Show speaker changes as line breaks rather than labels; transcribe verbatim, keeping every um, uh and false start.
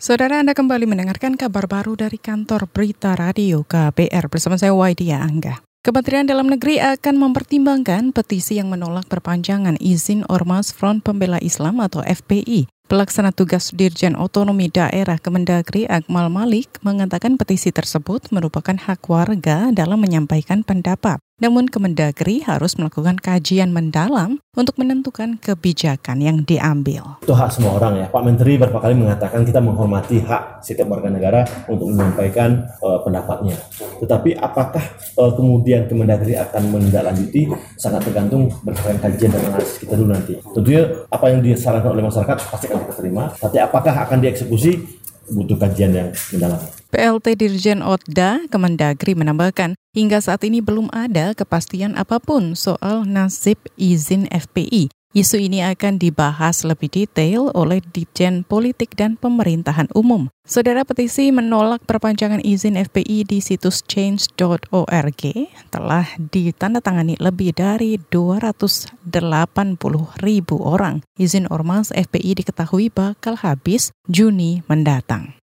Saudara, Anda kembali mendengarkan kabar baru dari kantor Berita Radio K B R bersama saya Waidia Angga. Kementerian Dalam Negeri akan mempertimbangkan petisi yang menolak perpanjangan izin Ormas Front Pembela Islam atau F P I. Pelaksana tugas Dirjen Otonomi Daerah Kemendagri Akmal Malik mengatakan petisi tersebut merupakan hak warga dalam menyampaikan pendapat. Namun Kemendagri harus melakukan kajian mendalam untuk menentukan kebijakan yang diambil.
Itu hak semua orang ya. Pak Menteri beberapa kali mengatakan kita menghormati hak setiap warga negara untuk menyampaikan uh, pendapatnya. Tetapi apakah uh, kemudian Kemendagri akan menindaklanjuti sangat tergantung berdasarkan kajian dan analisis kita dulu nanti. Tentunya apa yang disarankan oleh masyarakat pasti akan kita terima. Tapi apakah akan dieksekusi butuh kajian yang mendalam.
P L T Dirjen Otda Kemendagri menambahkan, hingga saat ini belum ada kepastian apapun soal nasib izin F P I. Isu ini akan dibahas lebih detail oleh Ditjen Politik dan Pemerintahan Umum. Saudara, petisi menolak perpanjangan izin F P I di situs change dot org telah ditandatangani lebih dari dua ratus delapan puluh ribu orang. Izin ormas F P I diketahui bakal habis Juni mendatang.